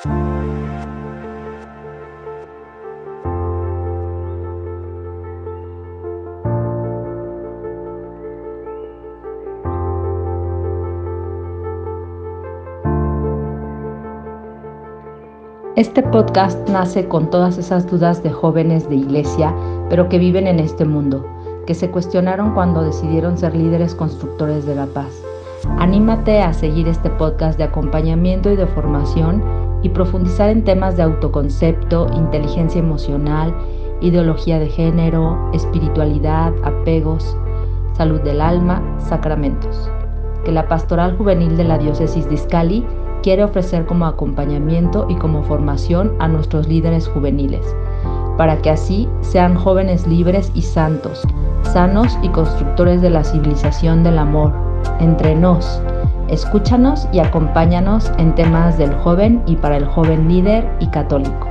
Este podcast nace con todas esas dudas de jóvenes de iglesia, pero que viven en este mundo, que se cuestionaron cuando decidieron ser líderes constructores de la paz. Anímate a seguir este podcast de acompañamiento y de formación y profundizar en temas de autoconcepto, inteligencia emocional, ideología de género, espiritualidad, apegos, salud del alma, sacramentos. Que la Pastoral Juvenil de la Diócesis de Izcali quiere ofrecer como acompañamiento y como formación a nuestros líderes juveniles, para que así sean jóvenes libres y santos, sanos y constructores de la civilización del amor, entre nos. Escúchanos y acompáñanos en temas del joven y para el joven líder y católico.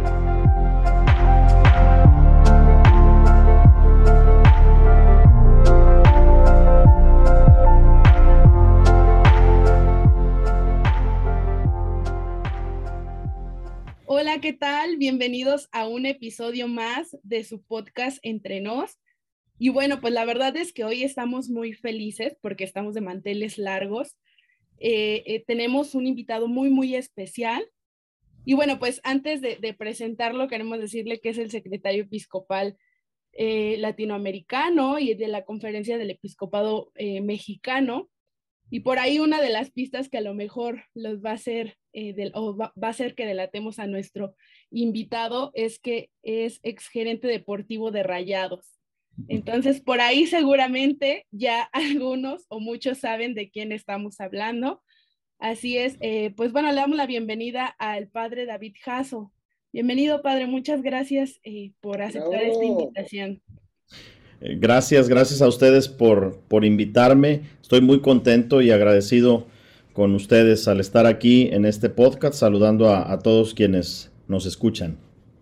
Hola, ¿qué tal? Bienvenidos a un episodio más de su podcast Entre Nos. Y bueno, pues la verdad es que hoy estamos muy felices porque estamos de manteles largos. Tenemos un invitado muy especial. Y bueno, pues antes de presentarlo, queremos decirle que es el secretario episcopal latinoamericano y de la Conferencia del Episcopado Mexicano. Y por ahí una de las pistas que a lo mejor los va a hacer, va a hacer que delatemos a nuestro invitado es que es exgerente deportivo de Rayados. Entonces, por ahí seguramente ya algunos o muchos saben de quién estamos hablando. Así es, pues bueno, le damos la bienvenida al padre David Jasso. Bienvenido, padre, muchas gracias por aceptar esta invitación. Gracias a ustedes por invitarme. Estoy muy contento y agradecido con ustedes al estar aquí en este podcast, saludando a todos quienes nos escuchan.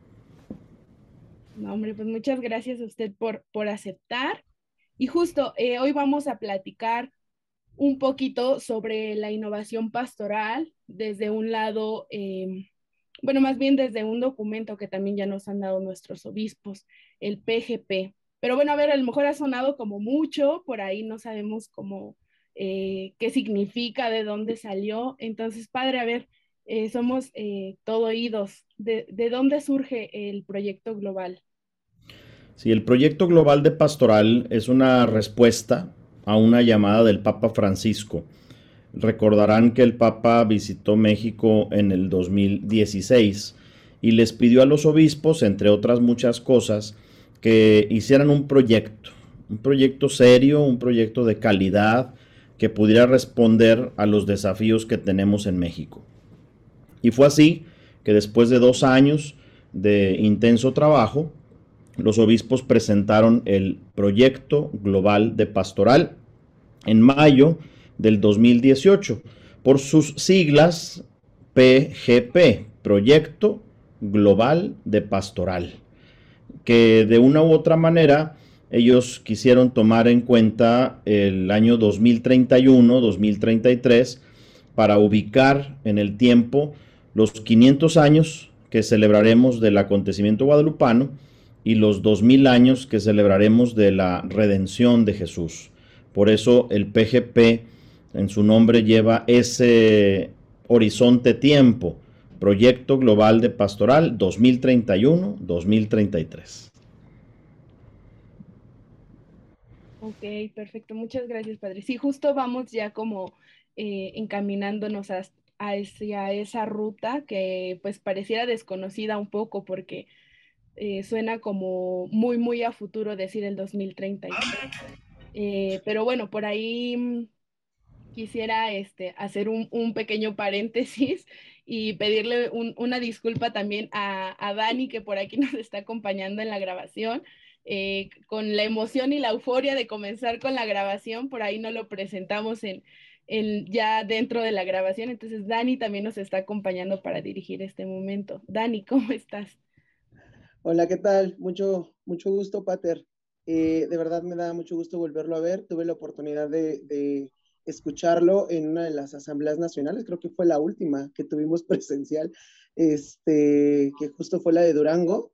No, hombre, pues muchas gracias a usted por aceptar. Y justo hoy vamos a platicar un poquito sobre la innovación pastoral desde un lado, bueno, más bien desde un documento que también ya nos han dado nuestros obispos, el PGP. Pero bueno, a ver, a lo mejor ha sonado como mucho, por ahí no sabemos cómo, qué significa, de dónde salió. Entonces, padre, a ver, somos todo oídos. ¿De dónde surge el proyecto global? Sí, el proyecto global de pastoral es una respuesta a una llamada del Papa Francisco. Recordarán que el Papa visitó México en el 2016 y les pidió a los obispos, entre otras muchas cosas, que hicieran un proyecto serio, un proyecto de calidad que pudiera responder a los desafíos que tenemos en México. Y fue así que después de 2 años de intenso trabajo, los obispos presentaron el Proyecto Global de Pastoral en mayo del 2018, por sus siglas PGP, Proyecto Global de Pastoral, que de una u otra manera ellos quisieron tomar en cuenta el año 2031-2033 para ubicar en el tiempo los 500 años que celebraremos del acontecimiento guadalupano y los 2000 años que celebraremos de la redención de Jesús. Por eso el PGP en su nombre lleva ese horizonte tiempo, Proyecto Global de Pastoral 2031-2033. Ok, perfecto. Muchas gracias, padre. Sí, justo vamos ya como encaminándonos hacia esa ruta que pues pareciera desconocida un poco porque suena como muy a futuro decir el 2033. Pero bueno, por ahí quisiera hacer un pequeño paréntesis y pedirle una disculpa también a Dani, que por aquí nos está acompañando en la grabación. Con la emoción y la euforia de comenzar con la grabación, por ahí no lo presentamos ya dentro de la grabación. Entonces, Dani también nos está acompañando para dirigir este momento. Dani, ¿cómo estás? Hola, ¿qué tal? Mucho gusto, Pater. De verdad me da mucho gusto volverlo a ver. Tuve la oportunidad de escucharlo en una de las asambleas nacionales, creo que fue la última que tuvimos presencial, que justo fue la de Durango.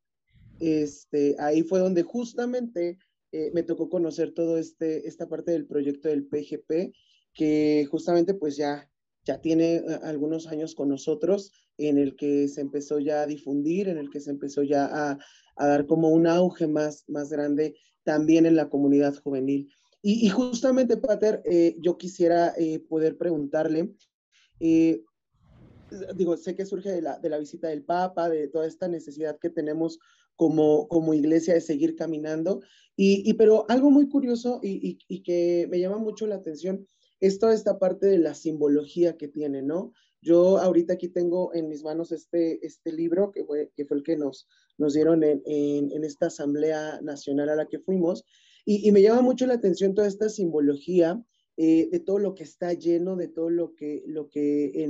Ahí fue donde justamente me tocó conocer todo esta parte del proyecto del PGP, que justamente pues ya tiene algunos años con nosotros, en el que se empezó ya a difundir, en el que se empezó ya a dar como un auge más grande también en la comunidad juvenil. Y justamente, Pater, yo quisiera poder preguntarle, eh, digo, sé que surge de la visita del Papa, de toda esta necesidad que tenemos como iglesia de seguir caminando, pero algo muy curioso y que me llama mucho la atención es toda esta parte de la simbología que tiene, ¿no? Yo ahorita aquí tengo en mis manos este libro que fue el que nos dieron en esta Asamblea Nacional a la que fuimos, y me llama mucho la atención toda esta simbología de todo lo que está lleno, de todo lo que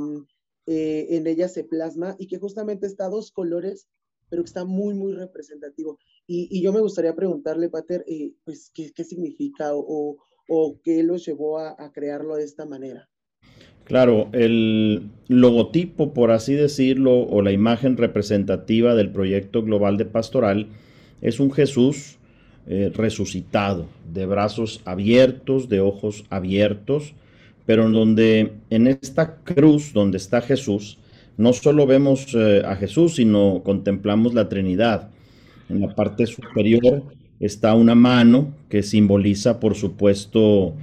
en ella se plasma, y que justamente está a dos colores, pero que está muy representativo. Y yo me gustaría preguntarle, Pater, pues, ¿qué significa o qué los llevó a crearlo de esta manera? Claro, el logotipo, por así decirlo, o la imagen representativa del proyecto global de pastoral es un Jesús resucitado, de brazos abiertos, de ojos abiertos, pero en donde en esta cruz donde está Jesús, no solo vemos a Jesús, sino contemplamos la Trinidad. En la parte superior está una mano que simboliza, por supuesto,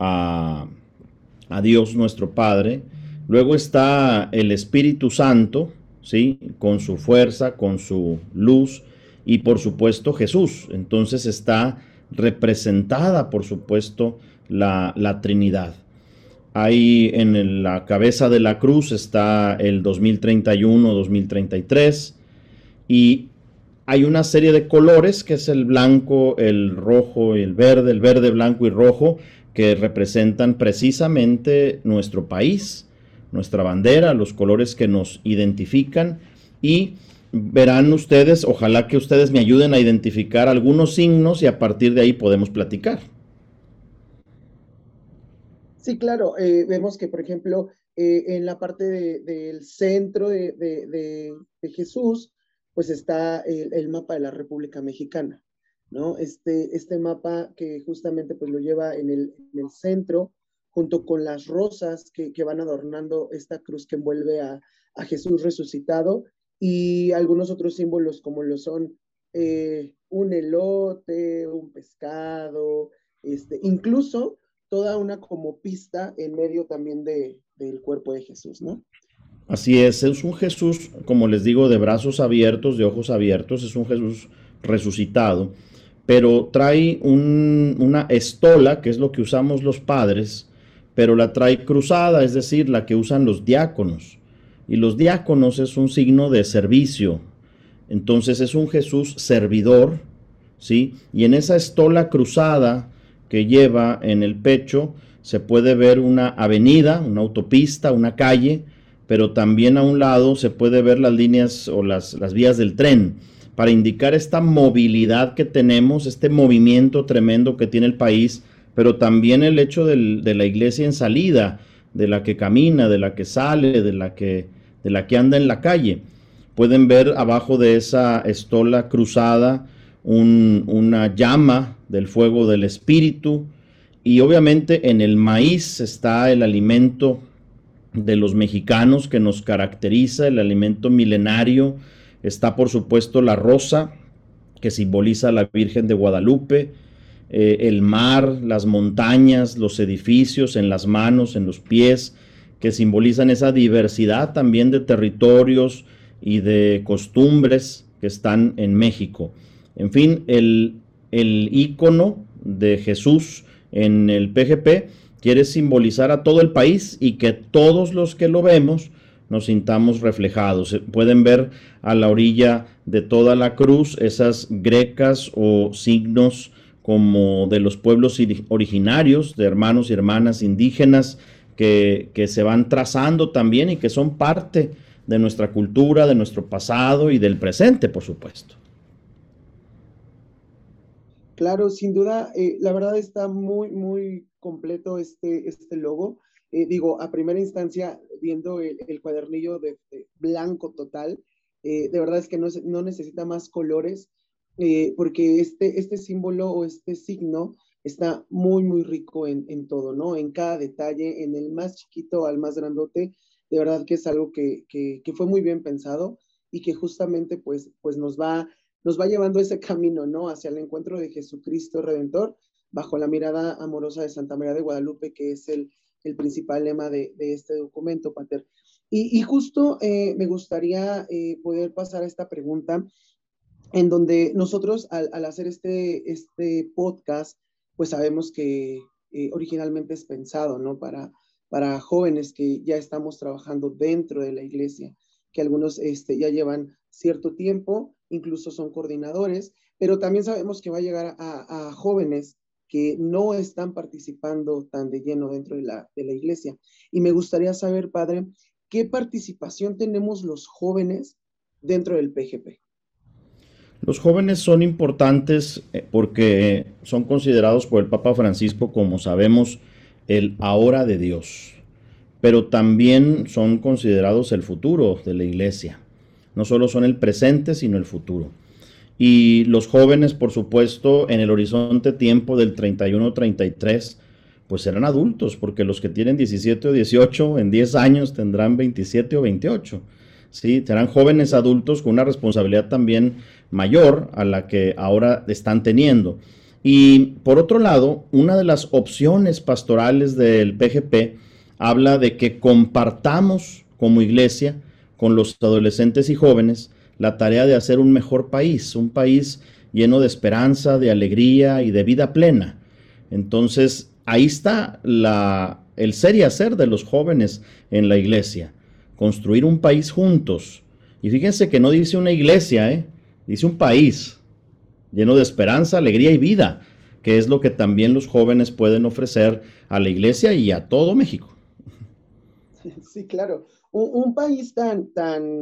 a Dios nuestro Padre. Luego está el Espíritu Santo, ¿sí? Con su fuerza, con su luz, y por supuesto Jesús. Entonces está representada, por supuesto, la Trinidad. Ahí en la cabeza de la cruz está el 2031, 2033, y hay una serie de colores que es el blanco, el rojo y el verde, blanco y rojo, que representan precisamente nuestro país, nuestra bandera, los colores que nos identifican. Y verán ustedes, ojalá que ustedes me ayuden a identificar algunos signos y a partir de ahí podemos platicar. Sí, claro, vemos que, por ejemplo, en la parte del centro de Jesús, pues está el mapa de la República Mexicana, ¿no? Este mapa que justamente pues lo lleva en el centro, junto con las rosas que van adornando esta cruz que envuelve a Jesús resucitado, y algunos otros símbolos como lo son un elote, un pescado, incluso toda una como pista en medio también del cuerpo de Jesús, ¿no? Así es un Jesús, como les digo, de brazos abiertos, de ojos abiertos, es un Jesús resucitado, pero trae una estola, que es lo que usamos los padres, pero la trae cruzada, es decir, la que usan los diáconos. Y los diáconos es un signo de servicio. Entonces es un Jesús servidor, ¿sí? Y en esa estola cruzada que lleva en el pecho se puede ver una avenida, una autopista, una calle, pero también a un lado se puede ver las líneas o las vías del tren, para indicar esta movilidad que tenemos, este movimiento tremendo que tiene el país, pero también el hecho de la iglesia en salida, de la que camina, de la que sale, de la que anda en la calle. Pueden ver abajo de esa estola cruzada una llama del fuego del Espíritu, y obviamente en el maíz está el alimento de los mexicanos que nos caracteriza, el alimento milenario. Está por supuesto la rosa, que simboliza a la Virgen de Guadalupe, el mar, las montañas, los edificios en las manos, en los pies, que simbolizan esa diversidad también de territorios y de costumbres que están en México. En fin, el ícono de Jesús en el PGP quiere simbolizar a todo el país y que todos los que lo vemos nos sintamos reflejados. Pueden ver a la orilla de toda la cruz esas grecas o signos como de los pueblos originarios, de hermanos y hermanas indígenas que se van trazando también y que son parte de nuestra cultura, de nuestro pasado y del presente, por supuesto. Claro, sin duda, la verdad está muy completo este logo. Digo, a primera instancia, viendo el cuadernillo de blanco total, de verdad es que no necesita más colores, porque este símbolo o este signo está muy, muy rico en todo, ¿no? En cada detalle, en el más chiquito al más grandote, de verdad que es algo que fue muy bien pensado y que justamente pues nos va llevando ese camino, ¿no? Hacia el encuentro de Jesucristo Redentor, bajo la mirada amorosa de Santa María de Guadalupe, que es el principal lema de este documento, Pater. Y justo me gustaría poder pasar a esta pregunta, en donde nosotros al hacer este podcast, pues sabemos que originalmente es pensado, ¿no? Para jóvenes que ya estamos trabajando dentro de la iglesia, que algunos ya llevan cierto tiempo, incluso son coordinadores, pero también sabemos que va a llegar a jóvenes que no están participando tan de lleno dentro de la iglesia. Y me gustaría saber, padre, ¿qué participación tenemos los jóvenes dentro del PGP? Los jóvenes son importantes porque son considerados por el Papa Francisco, como sabemos, el ahora de Dios, pero también son considerados el futuro de la iglesia. No solo son el presente, sino el futuro. Y los jóvenes, por supuesto, en el horizonte tiempo del 31-33, pues serán adultos, porque los que tienen 17 o 18 en 10 años tendrán 27 o 28. ¿Sí? Serán jóvenes adultos con una responsabilidad también mayor a la que ahora están teniendo. Y por otro lado, una de las opciones pastorales del PGP habla de que compartamos como iglesia con los adolescentes y jóvenes la tarea de hacer un mejor país, un país lleno de esperanza, de alegría y de vida plena. Entonces, ahí está el ser y hacer de los jóvenes en la iglesia, construir un país juntos. Y fíjense que no dice una iglesia, dice un país lleno de esperanza, alegría y vida, que es lo que también los jóvenes pueden ofrecer a la iglesia y a todo México. Sí, claro. Un país tan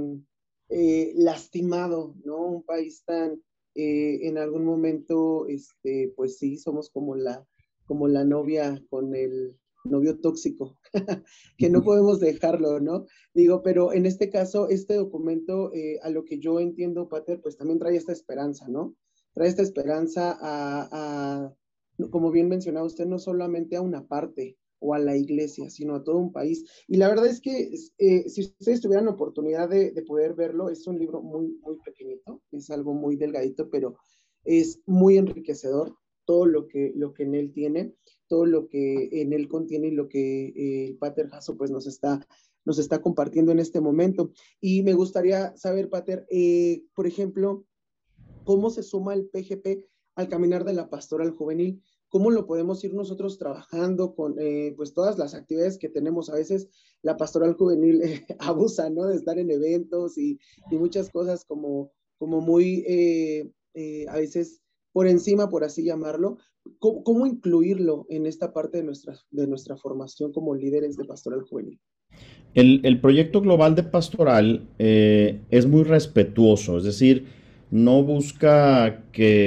lastimado, ¿no? Un país tan, en algún momento, pues sí, somos como la novia con el novio tóxico, que no podemos dejarlo, ¿no? Digo, pero en este caso, este documento, a lo que yo entiendo, Pater, pues también trae esta esperanza, ¿no? Trae esta esperanza como bien mencionaba usted, no solamente a una parte o a la iglesia, sino a todo un país. Y la verdad es que si ustedes tuvieran la oportunidad de poder verlo, es un libro muy, muy pequeñito, es algo muy delgadito, pero es muy enriquecedor todo lo que en él tiene, todo lo que en él contiene y lo que el Pater Jasso pues nos está compartiendo en este momento. Y me gustaría saber, Pater, por ejemplo, ¿cómo se suma el PGP al caminar de la pastoral juvenil? ¿Cómo lo podemos ir nosotros trabajando con pues todas las actividades que tenemos? A veces la pastoral juvenil abusa, ¿no? De estar en eventos y muchas cosas como muy, a veces por encima, por así llamarlo. ¿Cómo incluirlo en esta parte de nuestra formación como líderes de pastoral juvenil? El proyecto global de pastoral es muy respetuoso, es decir, no busca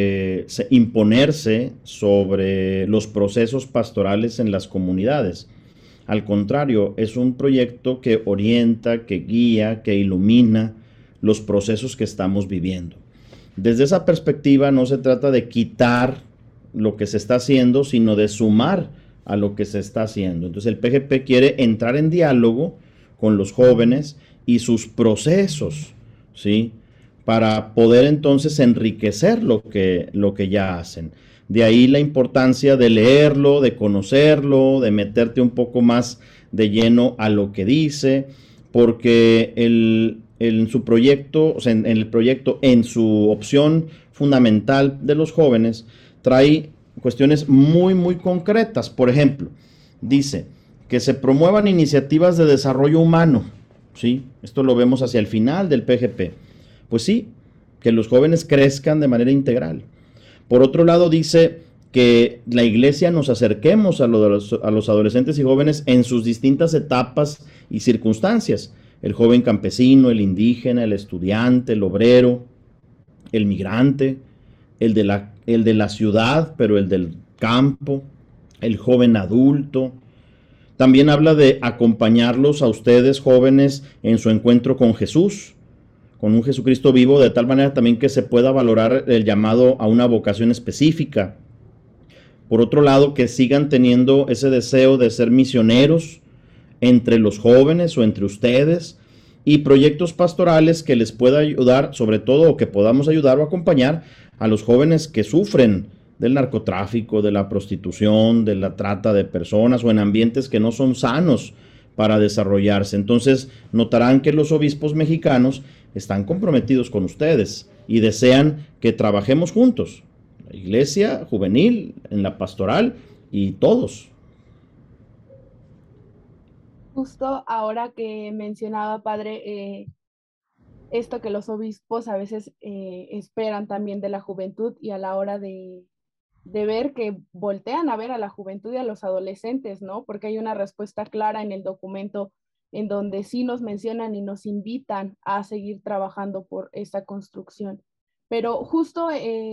imponerse sobre los procesos pastorales en las comunidades. Al contrario, es un proyecto que orienta, que guía, que ilumina los procesos que estamos viviendo. Desde esa perspectiva no se trata de quitar lo que se está haciendo, sino de sumar a lo que se está haciendo. Entonces el PGP quiere entrar en diálogo con los jóvenes y sus procesos, ¿sí? Para poder entonces enriquecer lo que ya hacen. De ahí la importancia de leerlo, de conocerlo, de meterte un poco más de lleno a lo que dice, porque en su proyecto, o sea, en el proyecto, en su opción fundamental de los jóvenes, trae cuestiones muy, muy concretas. Por ejemplo, dice que se promuevan iniciativas de desarrollo humano, ¿sí? Esto lo vemos hacia el final del PGP. Pues sí, que los jóvenes crezcan de manera integral. Por otro lado, dice que la iglesia nos acerquemos a los adolescentes y jóvenes en sus distintas etapas y circunstancias. El joven campesino, el indígena, el estudiante, el obrero, el migrante, el de la ciudad, pero el del campo, el joven adulto. También habla de acompañarlos a ustedes jóvenes en su encuentro con Jesús, con un Jesucristo vivo, de tal manera también que se pueda valorar el llamado a una vocación específica. Por otro lado, que sigan teniendo ese deseo de ser misioneros entre los jóvenes o entre ustedes, y proyectos pastorales que les pueda ayudar, sobre todo, o que podamos ayudar o acompañar a los jóvenes que sufren del narcotráfico, de la prostitución, de la trata de personas o en ambientes que no son sanos para desarrollarse. Entonces notarán que los obispos mexicanos están comprometidos con ustedes y desean que trabajemos juntos, la iglesia juvenil, en la pastoral y todos. Justo ahora que mencionaba, padre, esto que los obispos a veces esperan también de la juventud y a la hora de ver que voltean a ver a la juventud y a los adolescentes, ¿no? Porque hay una respuesta clara en el documento en donde sí nos mencionan y nos invitan a seguir trabajando por esta construcción. Pero justo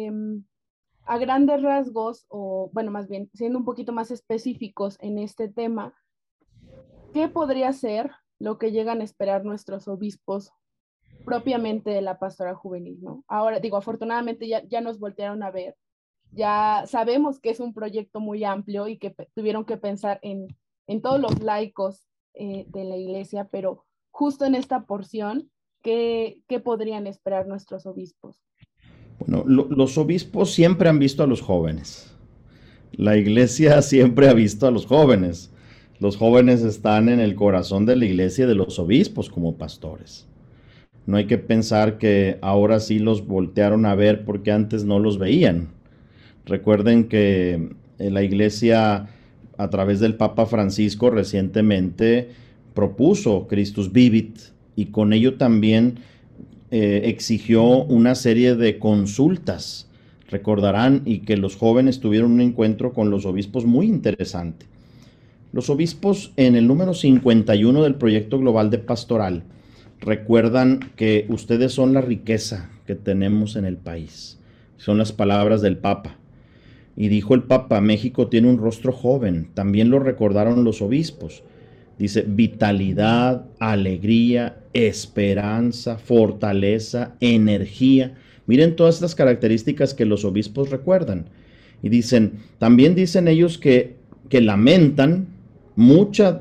a grandes rasgos, o bueno, más bien, siendo un poquito más específicos en este tema, ¿qué podría ser lo que llegan a esperar nuestros obispos propiamente de la pastoral juvenil, ¿no? Ahora, digo, afortunadamente ya nos voltearon a ver, ya sabemos que es un proyecto muy amplio y que tuvieron que pensar en todos los laicos de la iglesia, pero justo en esta porción, ¿qué podrían esperar nuestros obispos? Bueno, los obispos siempre han visto a los jóvenes. La iglesia siempre ha visto a los jóvenes. Los jóvenes están en el corazón de la iglesia y de los obispos como pastores. No hay que pensar que ahora sí los voltearon a ver porque antes no los veían. Recuerden que la iglesia, a través del Papa Francisco, recientemente propuso Christus Vivit, y con ello también exigió una serie de consultas. Recordarán, y que los jóvenes tuvieron un encuentro con los obispos muy interesante. Los obispos, en el número 51 del Proyecto Global de Pastoral, recuerdan que ustedes son la riqueza que tenemos en el país. Son las palabras del Papa. Y dijo el Papa: México tiene un rostro joven. También lo recordaron los obispos. Dice: vitalidad, alegría, esperanza, fortaleza, energía. Miren todas estas características que los obispos recuerdan. Y también dicen ellos que lamentan muchas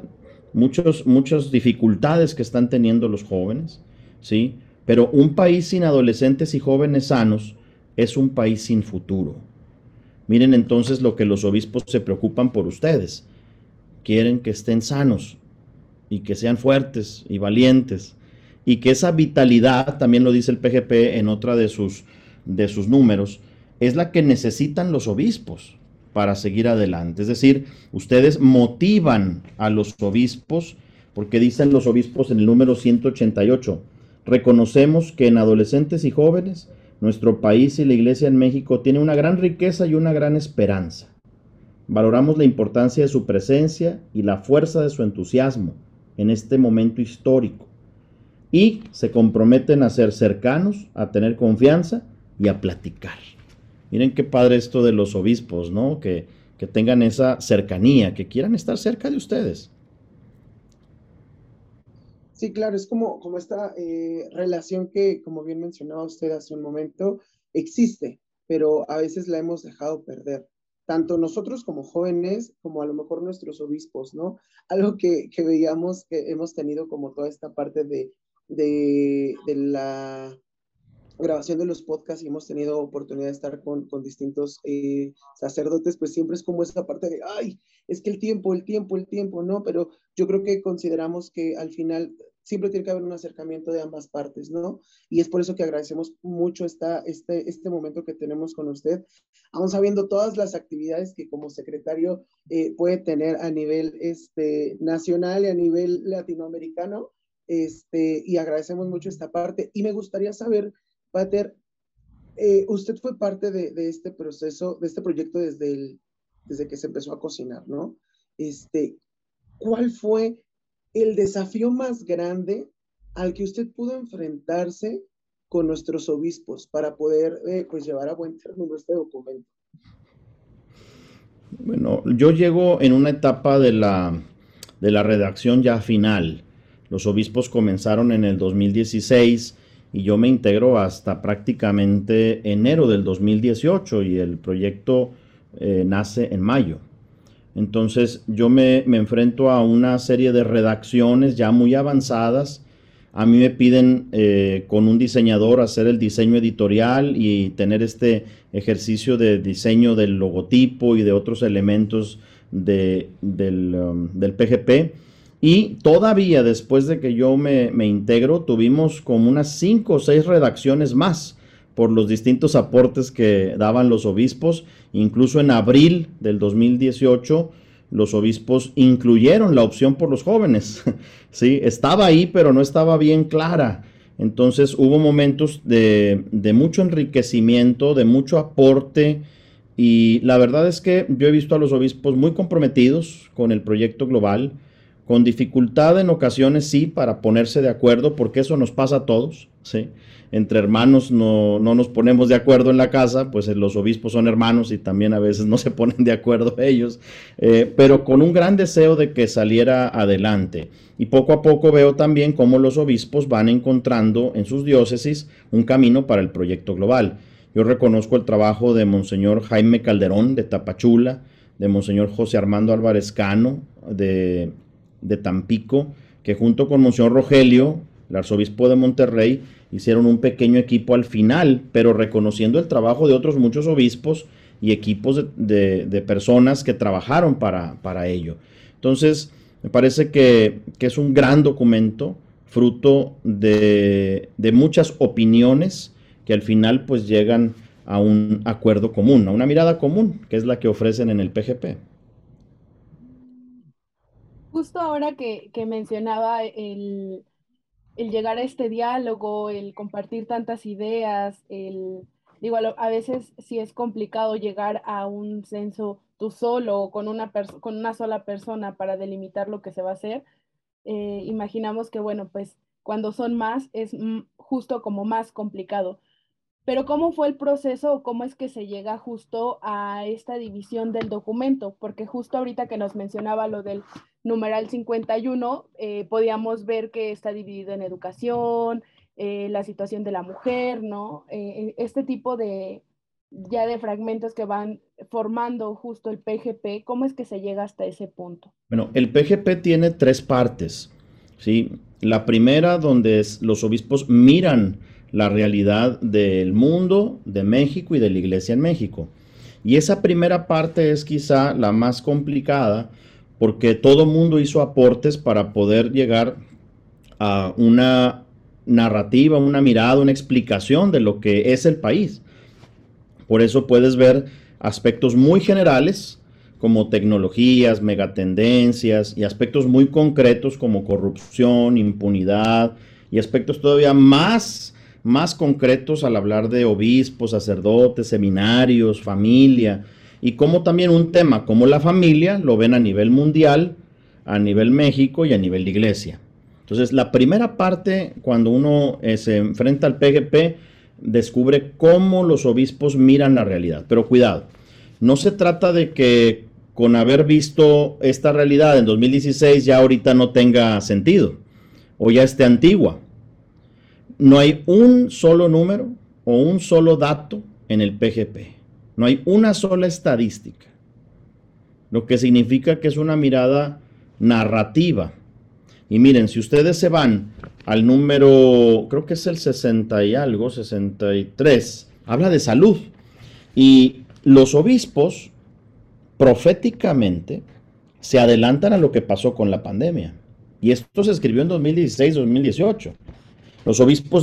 dificultades que están teniendo los jóvenes, ¿sí? Pero un país sin adolescentes y jóvenes sanos es un país sin futuro. Miren entonces lo que los obispos se preocupan por ustedes. Quieren que estén sanos y que sean fuertes y valientes, y que esa vitalidad, también lo dice el PGP en otra de sus números, es la que necesitan los obispos para seguir adelante. Es decir, ustedes motivan a los obispos, porque dicen los obispos en el número 188, reconocemos que en adolescentes y jóvenes nuestro país y la iglesia en México tiene una gran riqueza y una gran esperanza. Valoramos la importancia de su presencia y la fuerza de su entusiasmo en este momento histórico, y se comprometen a ser cercanos, a tener confianza y a platicar. Miren qué padre esto de los obispos, ¿no? Que tengan esa cercanía, que quieran estar cerca de ustedes. Sí, claro, es como esta relación que, como bien mencionaba usted hace un momento, existe, pero a veces la hemos dejado perder. Tanto nosotros como jóvenes, como a lo mejor nuestros obispos, ¿no? Algo que veíamos, que hemos tenido como toda esta parte de la grabación de los podcasts y hemos tenido oportunidad de estar con distintos sacerdotes, pues siempre es como esa parte de, ay, es que el tiempo, ¿no? Pero yo creo que consideramos que al final siempre tiene que haber un acercamiento de ambas partes, ¿no? Y es por eso que agradecemos mucho este momento que tenemos con usted, aún sabiendo todas las actividades que como secretario puede tener a nivel nacional y a nivel latinoamericano, y agradecemos mucho esta parte. Y me gustaría saber, Pater, usted fue parte de este proceso, de este proyecto desde que se empezó a cocinar, ¿no? ¿Cuál fue el desafío más grande al que usted pudo enfrentarse con nuestros obispos para poder pues llevar a buen término este documento? Bueno, yo llego en una etapa de la redacción ya final. Los obispos comenzaron en el 2016 y yo me integro hasta prácticamente enero del 2018 y el proyecto nace en mayo. Entonces yo me enfrento a una serie de redacciones ya muy avanzadas. A mí me piden con un diseñador hacer el diseño editorial y tener este ejercicio de diseño del logotipo y de otros elementos del PGP. Y todavía después de que yo me integro, tuvimos como unas 5 o 6 redacciones más por los distintos aportes que daban los obispos. Incluso en abril del 2018 los obispos incluyeron la opción por los jóvenes. Sí, estaba ahí, pero no estaba bien clara. Entonces hubo momentos de mucho enriquecimiento, de mucho aporte, y la verdad es que yo he visto a los obispos muy comprometidos con el proyecto global, con dificultad en ocasiones sí para ponerse de acuerdo, porque eso nos pasa a todos, ¿sí? Entre hermanos no nos ponemos de acuerdo en la casa, pues los obispos son hermanos y también a veces no se ponen de acuerdo ellos, pero con un gran deseo de que saliera adelante. Y poco a poco veo también cómo los obispos van encontrando en sus diócesis un camino para el proyecto global. Yo reconozco el trabajo de Monseñor Jaime Calderón de Tapachula, de Monseñor José Armando Álvarez Cano de Tampico, que junto con Monseñor Rogelio, el arzobispo de Monterrey, hicieron un pequeño equipo al final, pero reconociendo el trabajo de otros muchos obispos y equipos de personas que trabajaron para ello. Entonces, me parece que es un gran documento, fruto de muchas opiniones que al final pues llegan a un acuerdo común, a una mirada común, que es la que ofrecen en el PGP. Justo ahora que mencionaba el llegar a este diálogo, el compartir tantas ideas, digo, a veces sí es complicado llegar a un censo tú solo o con una sola persona para delimitar lo que se va a hacer. Imaginamos que, bueno, pues cuando son más es justo como más complicado. Pero ¿cómo fue el proceso o cómo es que se llega justo a esta división del documento? Porque justo ahorita que nos mencionaba lo del numeral 51, podíamos ver que está dividido en educación, la situación de la mujer, ¿no? Este tipo de ya de fragmentos que van formando justo el PGP, ¿cómo es que se llega hasta ese punto? Bueno, el PGP tiene 3 partes, ¿sí? La primera, donde los obispos miran la realidad del mundo, de México y de la iglesia en México. Y esa primera parte es quizá la más complicada porque todo mundo hizo aportes para poder llegar a una narrativa, una mirada, una explicación de lo que es el país. Por eso puedes ver aspectos muy generales como tecnologías, megatendencias y aspectos muy concretos como corrupción, impunidad y aspectos todavía más concretos al hablar de obispos, sacerdotes, seminarios, familia y como también un tema como la familia lo ven a nivel mundial, a nivel México y a nivel de iglesia. Entonces la primera parte cuando uno se enfrenta al PGP descubre cómo los obispos miran la realidad. Pero cuidado, no se trata de que con haber visto esta realidad en 2016 ya ahorita no tenga sentido o ya esté antigua. No hay un solo número o un solo dato en el PGP. No hay una sola estadística. Lo que significa que es una mirada narrativa. Y miren, si ustedes se van al número, creo que es el 60 y algo, 63, habla de salud. Y los obispos proféticamente se adelantan a lo que pasó con la pandemia. Y esto se escribió en 2016-2018. Los obispos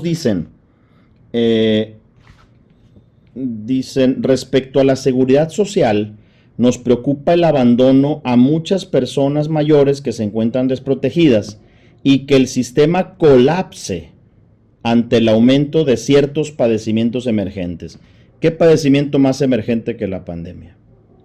dicen, respecto a la seguridad social, nos preocupa el abandono a muchas personas mayores que se encuentran desprotegidas y que el sistema colapse ante el aumento de ciertos padecimientos emergentes. ¿Qué padecimiento más emergente que la pandemia?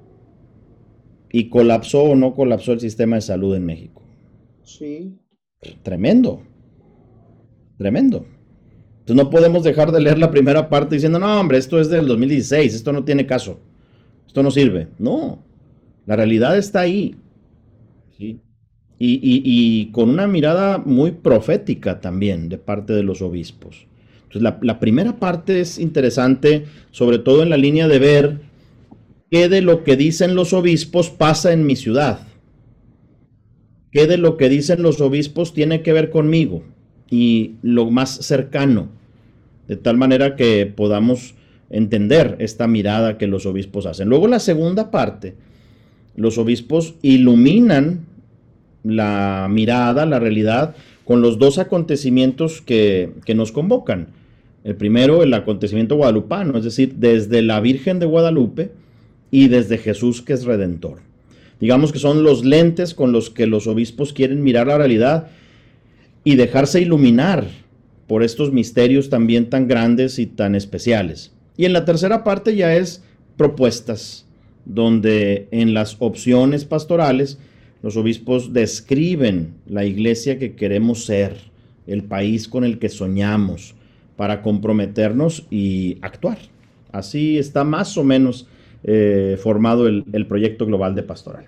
¿Y colapsó o no colapsó el sistema de salud en México? Sí. Tremendo, tremendo. Entonces no podemos dejar de leer la primera parte diciendo, no, hombre, esto es del 2016, esto no tiene caso, esto no sirve. No, La realidad está ahí, ¿sí? Y con una mirada muy profética también de parte de los obispos. Entonces, la primera parte es interesante, sobre todo en la línea de ver qué de lo que dicen los obispos pasa en mi ciudad, qué de lo que dicen los obispos tiene que ver conmigo y lo más cercano, de tal manera que podamos entender esta mirada que los obispos hacen. Luego la segunda parte, los obispos iluminan la mirada, la realidad, con los dos acontecimientos que nos convocan. El primero, el acontecimiento guadalupano, es decir, desde la Virgen de Guadalupe y desde Jesús, que es Redentor. Digamos que son los lentes con los que los obispos quieren mirar la realidad y dejarse iluminar por estos misterios también tan grandes y tan especiales. Y en la tercera parte ya es propuestas, donde en las opciones pastorales los obispos describen la iglesia que queremos ser, el país con el que soñamos, para comprometernos y actuar. Así está más o menos formado el proyecto global de pastoral.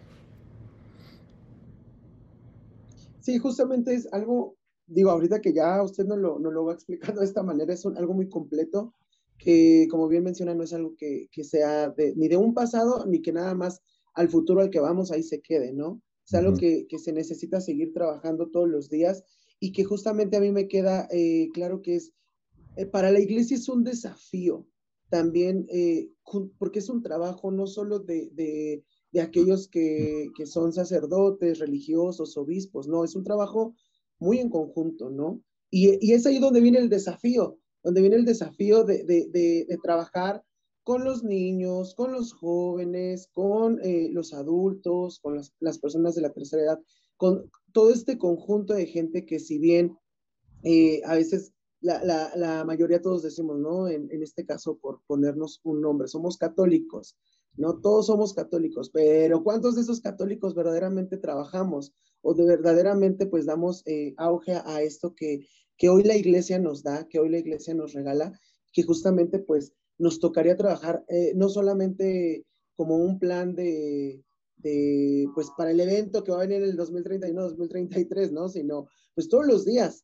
Sí, justamente es algo, digo, ahorita que ya usted nos lo va explicando de esta manera, es algo muy completo, que como bien menciona, no es algo que sea ni de un pasado, ni que nada más al futuro al que vamos ahí se quede, ¿no? Es algo que se necesita seguir trabajando todos los días y que justamente a mí me queda claro que es, para la iglesia es un desafío también, porque es un trabajo no solo de aquellos que son sacerdotes, religiosos, obispos, no, es un trabajo muy en conjunto, ¿no? Y es ahí donde viene el desafío de trabajar con los niños, con los jóvenes, con los adultos, con las personas de la tercera edad, con todo este conjunto de gente que si bien a veces la mayoría todos decimos, ¿no? En este caso, por ponernos un nombre, somos católicos, ¿no? Todos somos católicos, pero ¿cuántos de esos católicos verdaderamente trabajamos o de verdaderamente pues damos auge a esto que hoy la iglesia nos da, que hoy la iglesia nos regala, que justamente pues nos tocaría trabajar no solamente como un plan pues para el evento que va a venir en el 2031, 2033, ¿no? Sino pues todos los días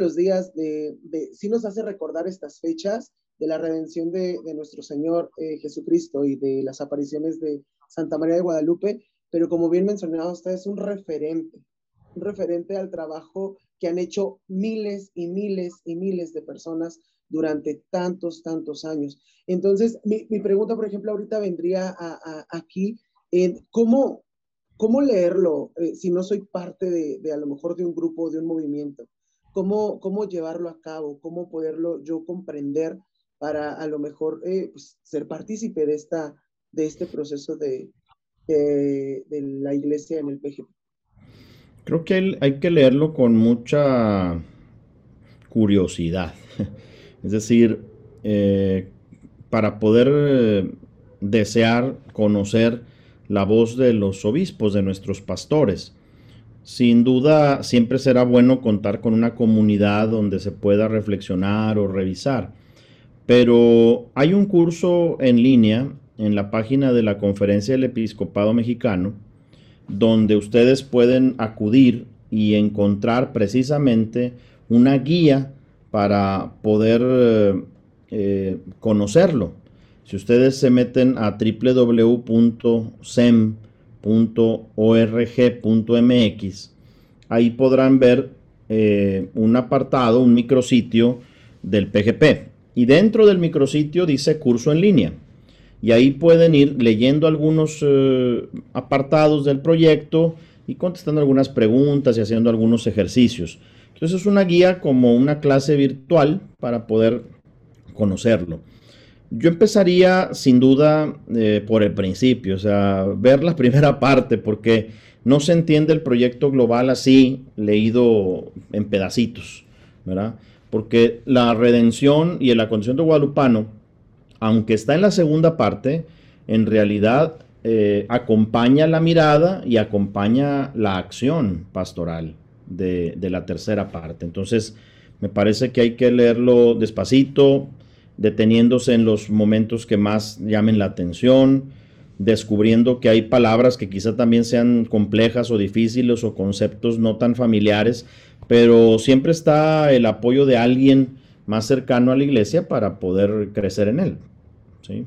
sí nos hace recordar estas fechas de la redención de nuestro Señor Jesucristo y de las apariciones de Santa María de Guadalupe, pero como bien mencionaba usted, es un referente al trabajo que han hecho miles y miles y miles de personas durante tantos años. Entonces, mi pregunta, por ejemplo, ahorita vendría aquí, ¿cómo leerlo si no soy parte de a lo mejor de un grupo, de un movimiento? ¿Cómo llevarlo a cabo? ¿Cómo poderlo yo comprender para a lo mejor pues, ser partícipe de este proceso de la iglesia en el PGP? Creo que hay que leerlo con mucha curiosidad. Es decir, para poder desear conocer la voz de los obispos, de nuestros pastores. Sin duda, siempre será bueno contar con una comunidad donde se pueda reflexionar o revisar. Pero hay un curso en línea en la página de la Conferencia del Episcopado Mexicano, donde ustedes pueden acudir y encontrar precisamente una guía para poder conocerlo. Si ustedes se meten a www.sem.org.mx, ahí podrán ver un apartado, un micrositio del PGP. Y dentro del micrositio dice curso en línea. Y ahí pueden ir leyendo algunos apartados del proyecto y contestando algunas preguntas y haciendo algunos ejercicios. Entonces es una guía como una clase virtual para poder conocerlo. Yo empezaría sin duda por el principio, o sea, ver la primera parte, porque no se entiende el proyecto global así, leído en pedacitos, ¿verdad? Porque la redención y el acontecimiento guadalupano, aunque está en la segunda parte, en realidad acompaña la mirada y acompaña la acción pastoral de la tercera parte. Entonces, me parece que hay que leerlo despacito, deteniéndose en los momentos que más llamen la atención, descubriendo que hay palabras que quizá también sean complejas o difíciles o conceptos no tan familiares, pero siempre está el apoyo de alguien más cercano a la iglesia para poder crecer en él. ¿Sí?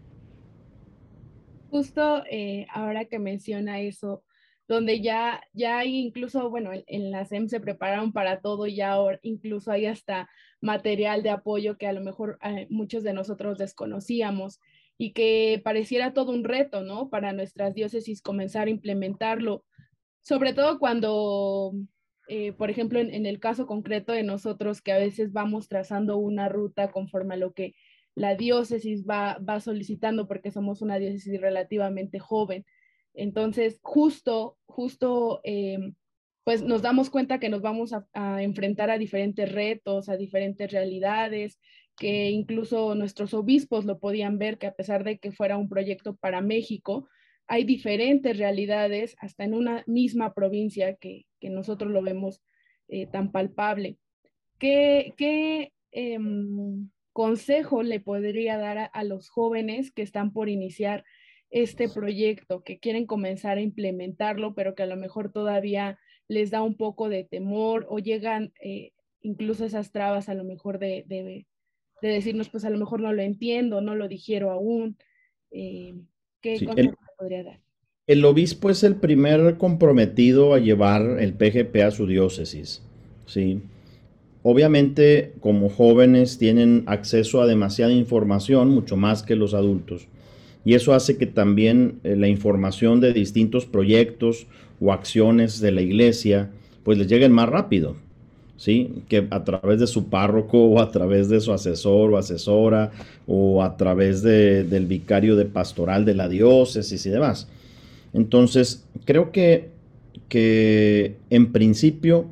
Justo ahora que menciona eso, donde ya hay incluso, bueno, en la SEM se prepararon para todo y ahora incluso hay hasta material de apoyo que a lo mejor muchos de nosotros desconocíamos y que pareciera todo un reto, ¿no? Para nuestras diócesis comenzar a implementarlo, sobre todo cuando, por ejemplo, en el caso concreto de nosotros, que a veces vamos trazando una ruta conforme a lo que la diócesis va solicitando, porque somos una diócesis relativamente joven. Entonces, justo, pues nos damos cuenta que nos vamos a enfrentar a diferentes retos, a diferentes realidades, que incluso nuestros obispos lo podían ver, que a pesar de que fuera un proyecto para México, hay diferentes realidades hasta en una misma provincia que nosotros lo vemos tan palpable. ¿Qué consejo le podría dar a los jóvenes que están por iniciar este proyecto, que quieren comenzar a implementarlo, pero que a lo mejor todavía les da un poco de temor o llegan incluso esas trabas a lo mejor de decirnos, pues a lo mejor no lo entiendo, no lo digiero aún? Eh, ¿Qué Sí, consejo le podría dar? el obispo es el primer comprometido a llevar el PGP a su diócesis. ¿Sí? Obviamente, como jóvenes tienen acceso a demasiada información, mucho más que los adultos. Y eso hace que también la información de distintos proyectos o acciones de la iglesia, pues les lleguen más rápido, ¿sí? Que a través de su párroco o a través de su asesor o asesora o a través del vicario de pastoral de la diócesis y demás. Entonces, creo que en principio,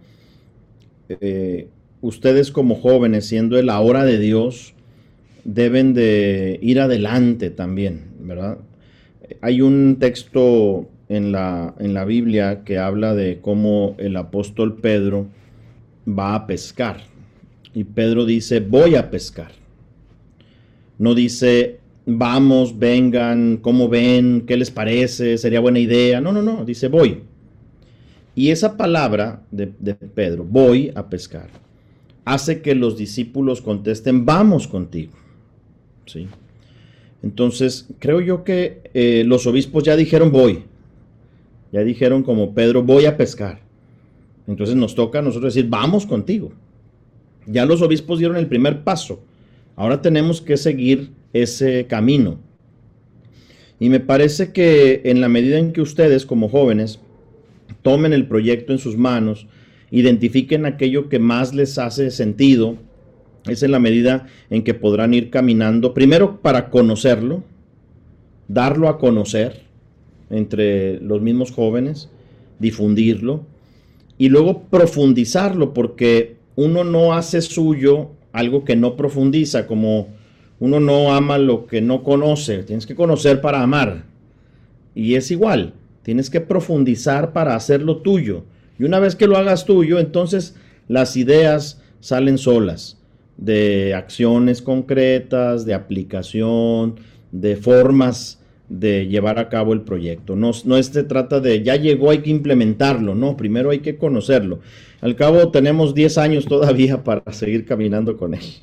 ustedes como jóvenes, siendo la hora de Dios, deben de ir adelante también, ¿verdad? Hay un texto en la Biblia que habla de cómo el apóstol Pedro va a pescar. Y Pedro dice, voy a pescar. No dice, vamos, vengan, ¿cómo ven? ¿Qué les parece? ¿Sería buena idea? No, no, no, dice, voy. Y esa palabra de Pedro, voy a pescar, hace que los discípulos contesten, vamos contigo. ¿Sí? Entonces, creo yo que los obispos ya dijeron, voy. Ya dijeron como Pedro, voy a pescar. Entonces nos toca a nosotros decir, vamos contigo. Ya los obispos dieron el primer paso. Ahora tenemos que seguir ese camino. Y me parece que en la medida en que ustedes como jóvenes tomen el proyecto en sus manos, identifiquen aquello que más les hace sentido, es en la medida en que podrán ir caminando, primero para conocerlo, darlo a conocer entre los mismos jóvenes, difundirlo y luego profundizarlo, porque uno no hace suyo algo que no profundiza, como uno no ama lo que no conoce, tienes que conocer para amar. Y es igual, tienes que profundizar para hacerlo tuyo. Y una vez que lo hagas tuyo, entonces las ideas salen solas, de acciones concretas, de aplicación, de formas de llevar a cabo el proyecto. No se trata de ya llegó, hay que implementarlo, no, primero hay que conocerlo. Al cabo tenemos 10 años todavía para seguir caminando con él.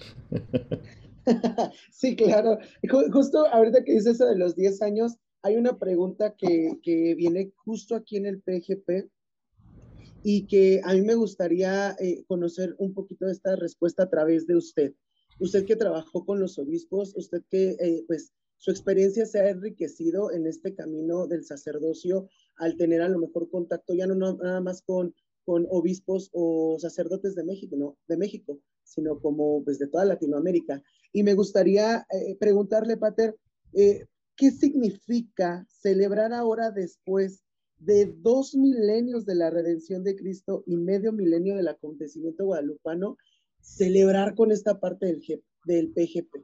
Sí, claro. Justo ahorita que dices eso de los 10 años, hay una pregunta que viene justo aquí en el PGP y que a mí me gustaría conocer un poquito de esta respuesta a través de usted. Usted que trabajó con los obispos, usted que pues su experiencia se ha enriquecido en este camino del sacerdocio al tener a lo mejor contacto ya no nada más con obispos o sacerdotes de México, ¿no? De México, sino como pues de toda Latinoamérica. Y me gustaría preguntarle, Pater, ¿qué significa celebrar ahora después de 2 milenios de la redención de Cristo y medio milenio del acontecimiento guadalupano, celebrar con esta parte del PGP?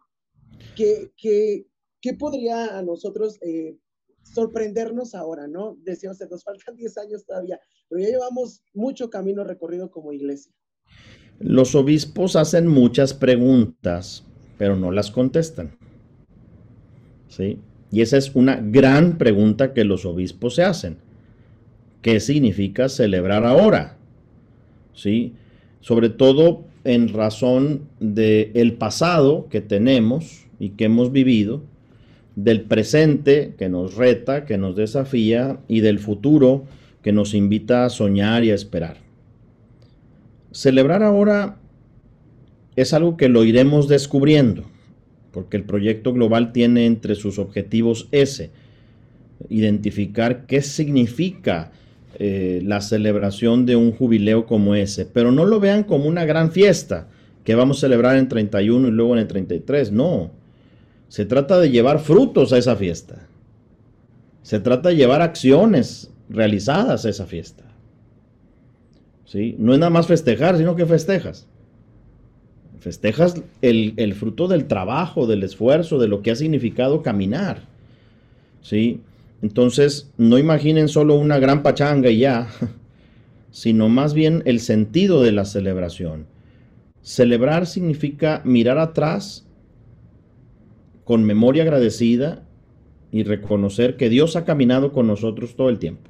¿Qué podría a nosotros sorprendernos ahora, ¿no? Decíamos, nos faltan 10 años todavía, pero ya llevamos mucho camino recorrido como iglesia. Los obispos hacen muchas preguntas, pero no las contestan. ¿Sí? Y esa es una gran pregunta que los obispos se hacen. ¿Qué significa celebrar ahora? ¿Sí? Sobre todo en razón del pasado que tenemos y que hemos vivido, del presente que nos reta, que nos desafía, y del futuro que nos invita a soñar y a esperar. Celebrar ahora es algo que lo iremos descubriendo, porque el proyecto global tiene entre sus objetivos ese, identificar qué significa la celebración de un jubileo como ese, pero no lo vean como una gran fiesta que vamos a celebrar en 31 y luego en el 33, no. Se trata de llevar frutos a esa fiesta. Se trata de llevar acciones realizadas a esa fiesta. ¿Sí? No es nada más festejar, sino que festejas. Festejas el fruto del trabajo, del esfuerzo, de lo que ha significado caminar. ¿Sí? Entonces, no imaginen solo una gran pachanga y ya, sino más bien el sentido de la celebración. Celebrar significa mirar atrás con memoria agradecida y reconocer que Dios ha caminado con nosotros todo el tiempo.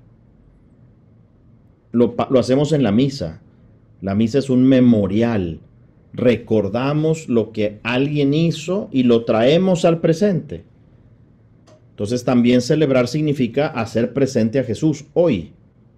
Lo hacemos en la misa. La misa es un memorial. Recordamos lo que alguien hizo y lo traemos al presente. Entonces también celebrar significa hacer presente a Jesús hoy.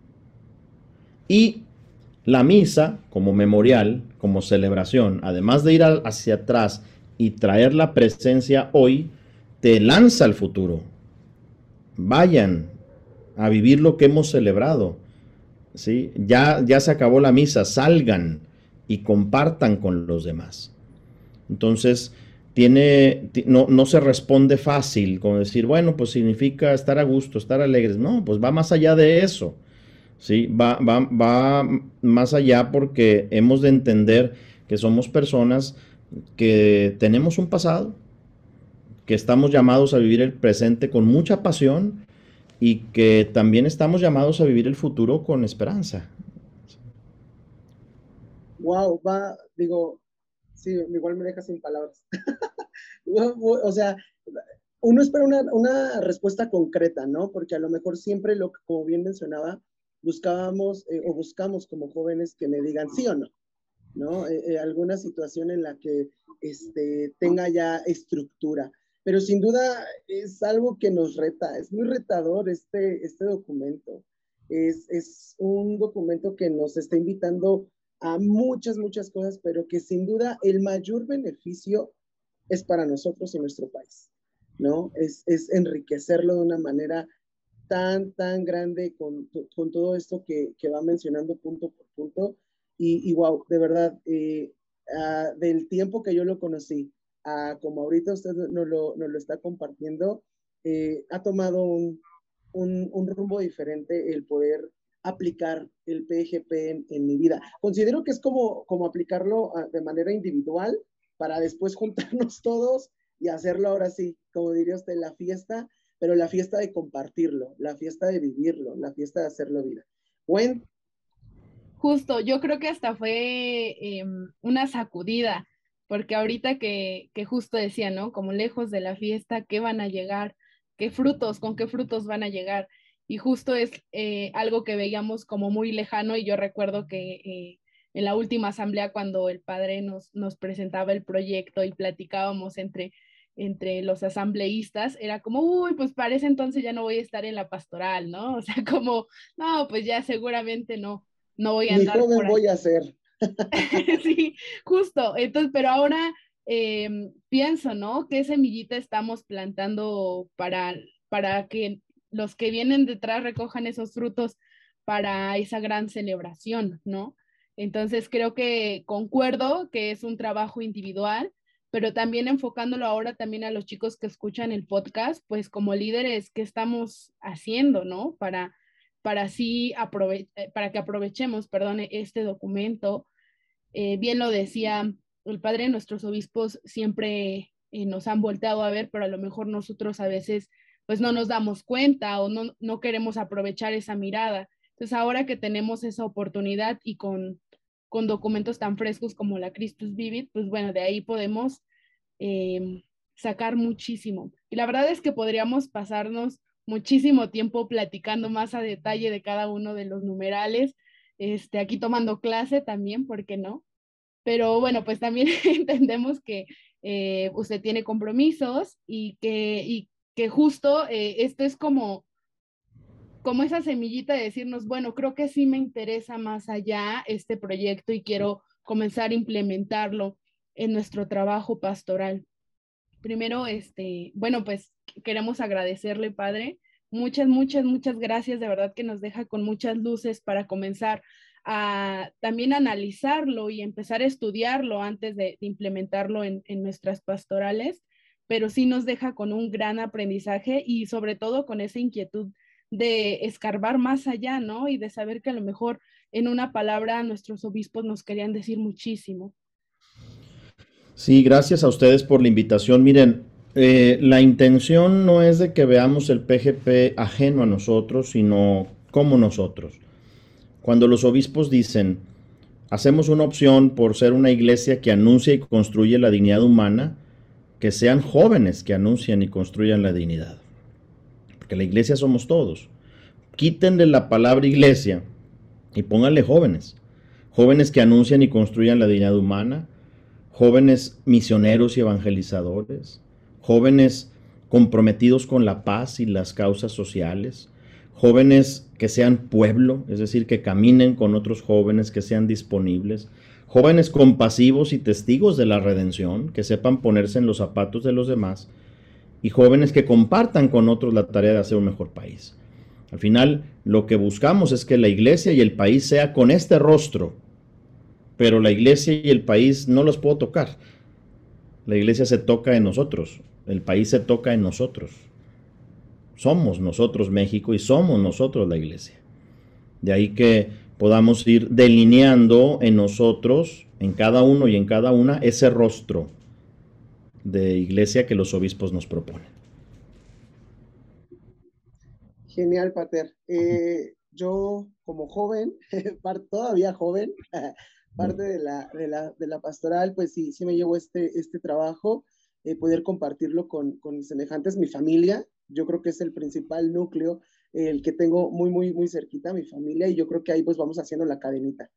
Y la misa, como memorial, como celebración, además de ir hacia atrás y traer la presencia hoy, te lanza al futuro. Vayan a vivir lo que hemos celebrado. ¿Sí? Ya se acabó la misa, salgan y compartan con los demás. Entonces, no se responde fácil, como decir, bueno, pues significa estar a gusto, estar alegres. No, pues va más allá de eso. ¿Sí? Va más allá, porque hemos de entender que somos personas que tenemos un pasado, que estamos llamados a vivir el presente con mucha pasión y que también estamos llamados a vivir el futuro con esperanza. Wow, sí, igual me deja sin palabras. O sea, uno espera una respuesta concreta, ¿no? Porque a lo mejor siempre, como bien mencionaba, buscábamos o buscamos como jóvenes que me digan sí o no, ¿no? Alguna situación en la que tenga ya estructura. Pero sin duda es algo que nos reta, es muy retador este documento. Es un documento que nos está invitando a muchas, muchas cosas, pero que sin duda el mayor beneficio es para nosotros y nuestro país, ¿no? Es enriquecerlo de una manera tan, tan grande con todo esto que va mencionando punto por punto. Y wow, de verdad, del tiempo que yo lo conocí, como ahorita usted nos lo está compartiendo, ha tomado un rumbo diferente el poder aplicar el PGP en mi vida. Considero que es como aplicarlo de manera individual para después juntarnos todos y hacerlo ahora sí, como diría usted, la fiesta, pero la fiesta de compartirlo, la fiesta de vivirlo, la fiesta de hacerlo vida. Bueno. Justo, yo creo que hasta fue una sacudida, porque ahorita que justo decía, ¿no? Como lejos de la fiesta, ¿qué van a llegar? ¿Qué frutos? ¿Con qué frutos van a llegar? Y justo es algo que veíamos como muy lejano y yo recuerdo que en la última asamblea cuando el padre nos presentaba el proyecto y platicábamos entre los asambleístas, era como, uy, pues para ese entonces ya no voy a estar en la pastoral, ¿no? O sea, como, no, pues ya seguramente no voy a Ni andar joven por ahí. voy a ser. Sí, justo. Entonces, pero ahora pienso, ¿no? ¿Qué semillita estamos plantando para que los que vienen detrás recojan esos frutos para esa gran celebración, ¿no? Entonces, creo que concuerdo que es un trabajo individual, pero también enfocándolo ahora también a los chicos que escuchan el podcast, pues como líderes, ¿qué estamos haciendo, ¿no? Para así para que aprovechemos, perdón, este documento. Bien lo decía el padre, nuestros obispos siempre nos han volteado a ver, pero a lo mejor nosotros a veces pues no nos damos cuenta o no queremos aprovechar esa mirada. Entonces ahora que tenemos esa oportunidad y con documentos tan frescos como la Christus Vivit, pues bueno, de ahí podemos sacar muchísimo. Y la verdad es que podríamos pasarnos muchísimo tiempo platicando más a detalle de cada uno de los numerales, aquí tomando clase también, ¿por qué no? Pero bueno, pues también entendemos que usted tiene compromisos y que justo esto es como esa semillita de decirnos, bueno, creo que sí me interesa más allá este proyecto y quiero comenzar a implementarlo en nuestro trabajo pastoral. Primero, bueno, pues queremos agradecerle, padre. Muchas, muchas, muchas gracias. De verdad que nos deja con muchas luces para comenzar a también analizarlo y empezar a estudiarlo antes de implementarlo en nuestras pastorales, pero sí nos deja con un gran aprendizaje y sobre todo con esa inquietud de escarbar más allá, ¿no? Y de saber que a lo mejor en una palabra nuestros obispos nos querían decir muchísimo. Sí, gracias a ustedes por la invitación. Miren, la intención no es de que veamos el PGP ajeno a nosotros, sino como nosotros. Cuando los obispos dicen, hacemos una opción por ser una iglesia que anuncia y construye la dignidad humana, que sean jóvenes que anuncian y construyan la dignidad. Porque la iglesia somos todos. Quítenle la palabra iglesia y pónganle jóvenes. Jóvenes que anuncian y construyan la dignidad humana, jóvenes misioneros y evangelizadores, jóvenes comprometidos con la paz y las causas sociales, jóvenes que sean pueblo, es decir, que caminen con otros jóvenes, que sean disponibles, jóvenes compasivos y testigos de la redención, que sepan ponerse en los zapatos de los demás, y jóvenes que compartan con otros la tarea de hacer un mejor país. Al final, lo que buscamos es que la iglesia y el país sea con este rostro, pero la iglesia y el país no los puedo tocar. La iglesia se toca en nosotros, el país se toca en nosotros. Somos nosotros México y somos nosotros la iglesia. De ahí que podamos ir delineando en nosotros, en cada uno y en cada una, ese rostro de iglesia que los obispos nos proponen. Genial, Pater. Yo como joven, todavía joven, parte de la pastoral, pues sí me llevo este trabajo, poder compartirlo con semejantes, mi familia. Yo creo que es el principal núcleo, el que tengo muy, muy, muy cerquita, mi familia, y yo creo que ahí pues vamos haciendo la cadenita.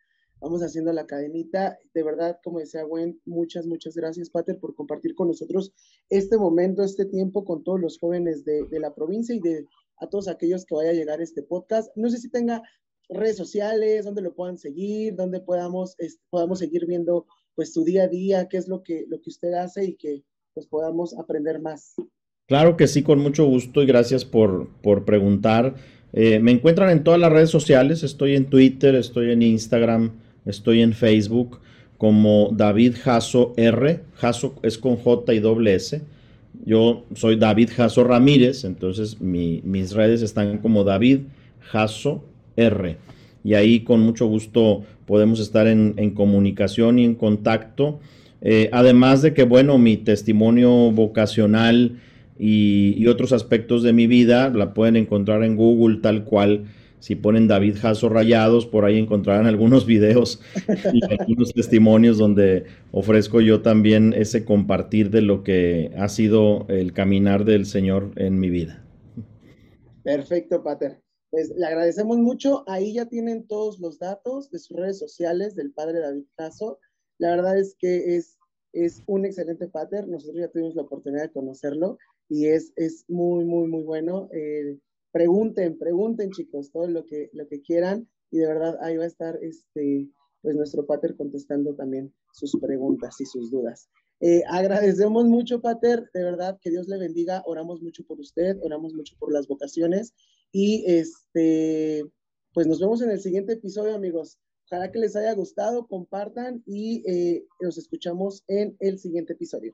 De verdad, como decía Gwen, muchas, muchas gracias, Pater, por compartir con nosotros este momento, este tiempo con todos los jóvenes de la provincia y a todos aquellos que vaya a llegar este podcast. No sé si tenga redes sociales, donde lo puedan seguir, donde podamos seguir viendo pues su día a día, qué es lo que usted hace y que pues podamos aprender más. Claro que sí, con mucho gusto y gracias por preguntar. Me encuentran en todas las redes sociales, estoy en Twitter, estoy en Instagram, estoy en Facebook como David Jasso R, Jasso es con J y doble S. Yo soy David Jasso Ramírez, entonces mis redes están como David Jasso R. Y ahí con mucho gusto podemos estar en comunicación y en contacto. Además de que, bueno, mi testimonio vocacional y otros aspectos de mi vida la pueden encontrar en Google tal cual. Si ponen David Jasso Rayados, por ahí encontrarán algunos videos y algunos testimonios donde ofrezco yo también ese compartir de lo que ha sido el caminar del Señor en mi vida. Perfecto, Pater. Pues le agradecemos mucho. Ahí ya tienen todos los datos de sus redes sociales del padre David Jasso. La verdad es que es un excelente pater. Nosotros ya tuvimos la oportunidad de conocerlo y es muy, muy, muy bueno. Pregunten, chicos, todo lo que quieran y de verdad ahí va a estar pues nuestro pater contestando también sus preguntas y sus dudas. Agradecemos mucho, Pater, de verdad, que Dios le bendiga, oramos mucho por usted, oramos mucho por las vocaciones y pues nos vemos en el siguiente episodio, amigos. Ojalá que les haya gustado, compartan y nos escuchamos en el siguiente episodio.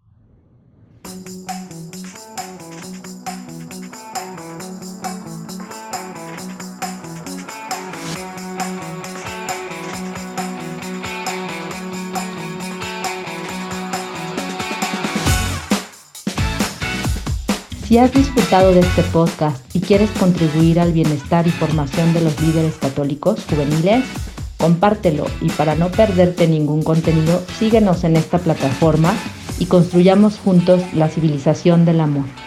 Si has disfrutado de este podcast y quieres contribuir al bienestar y formación de los líderes católicos juveniles, compártelo y para no perderte ningún contenido, síguenos en esta plataforma y construyamos juntos la civilización del amor.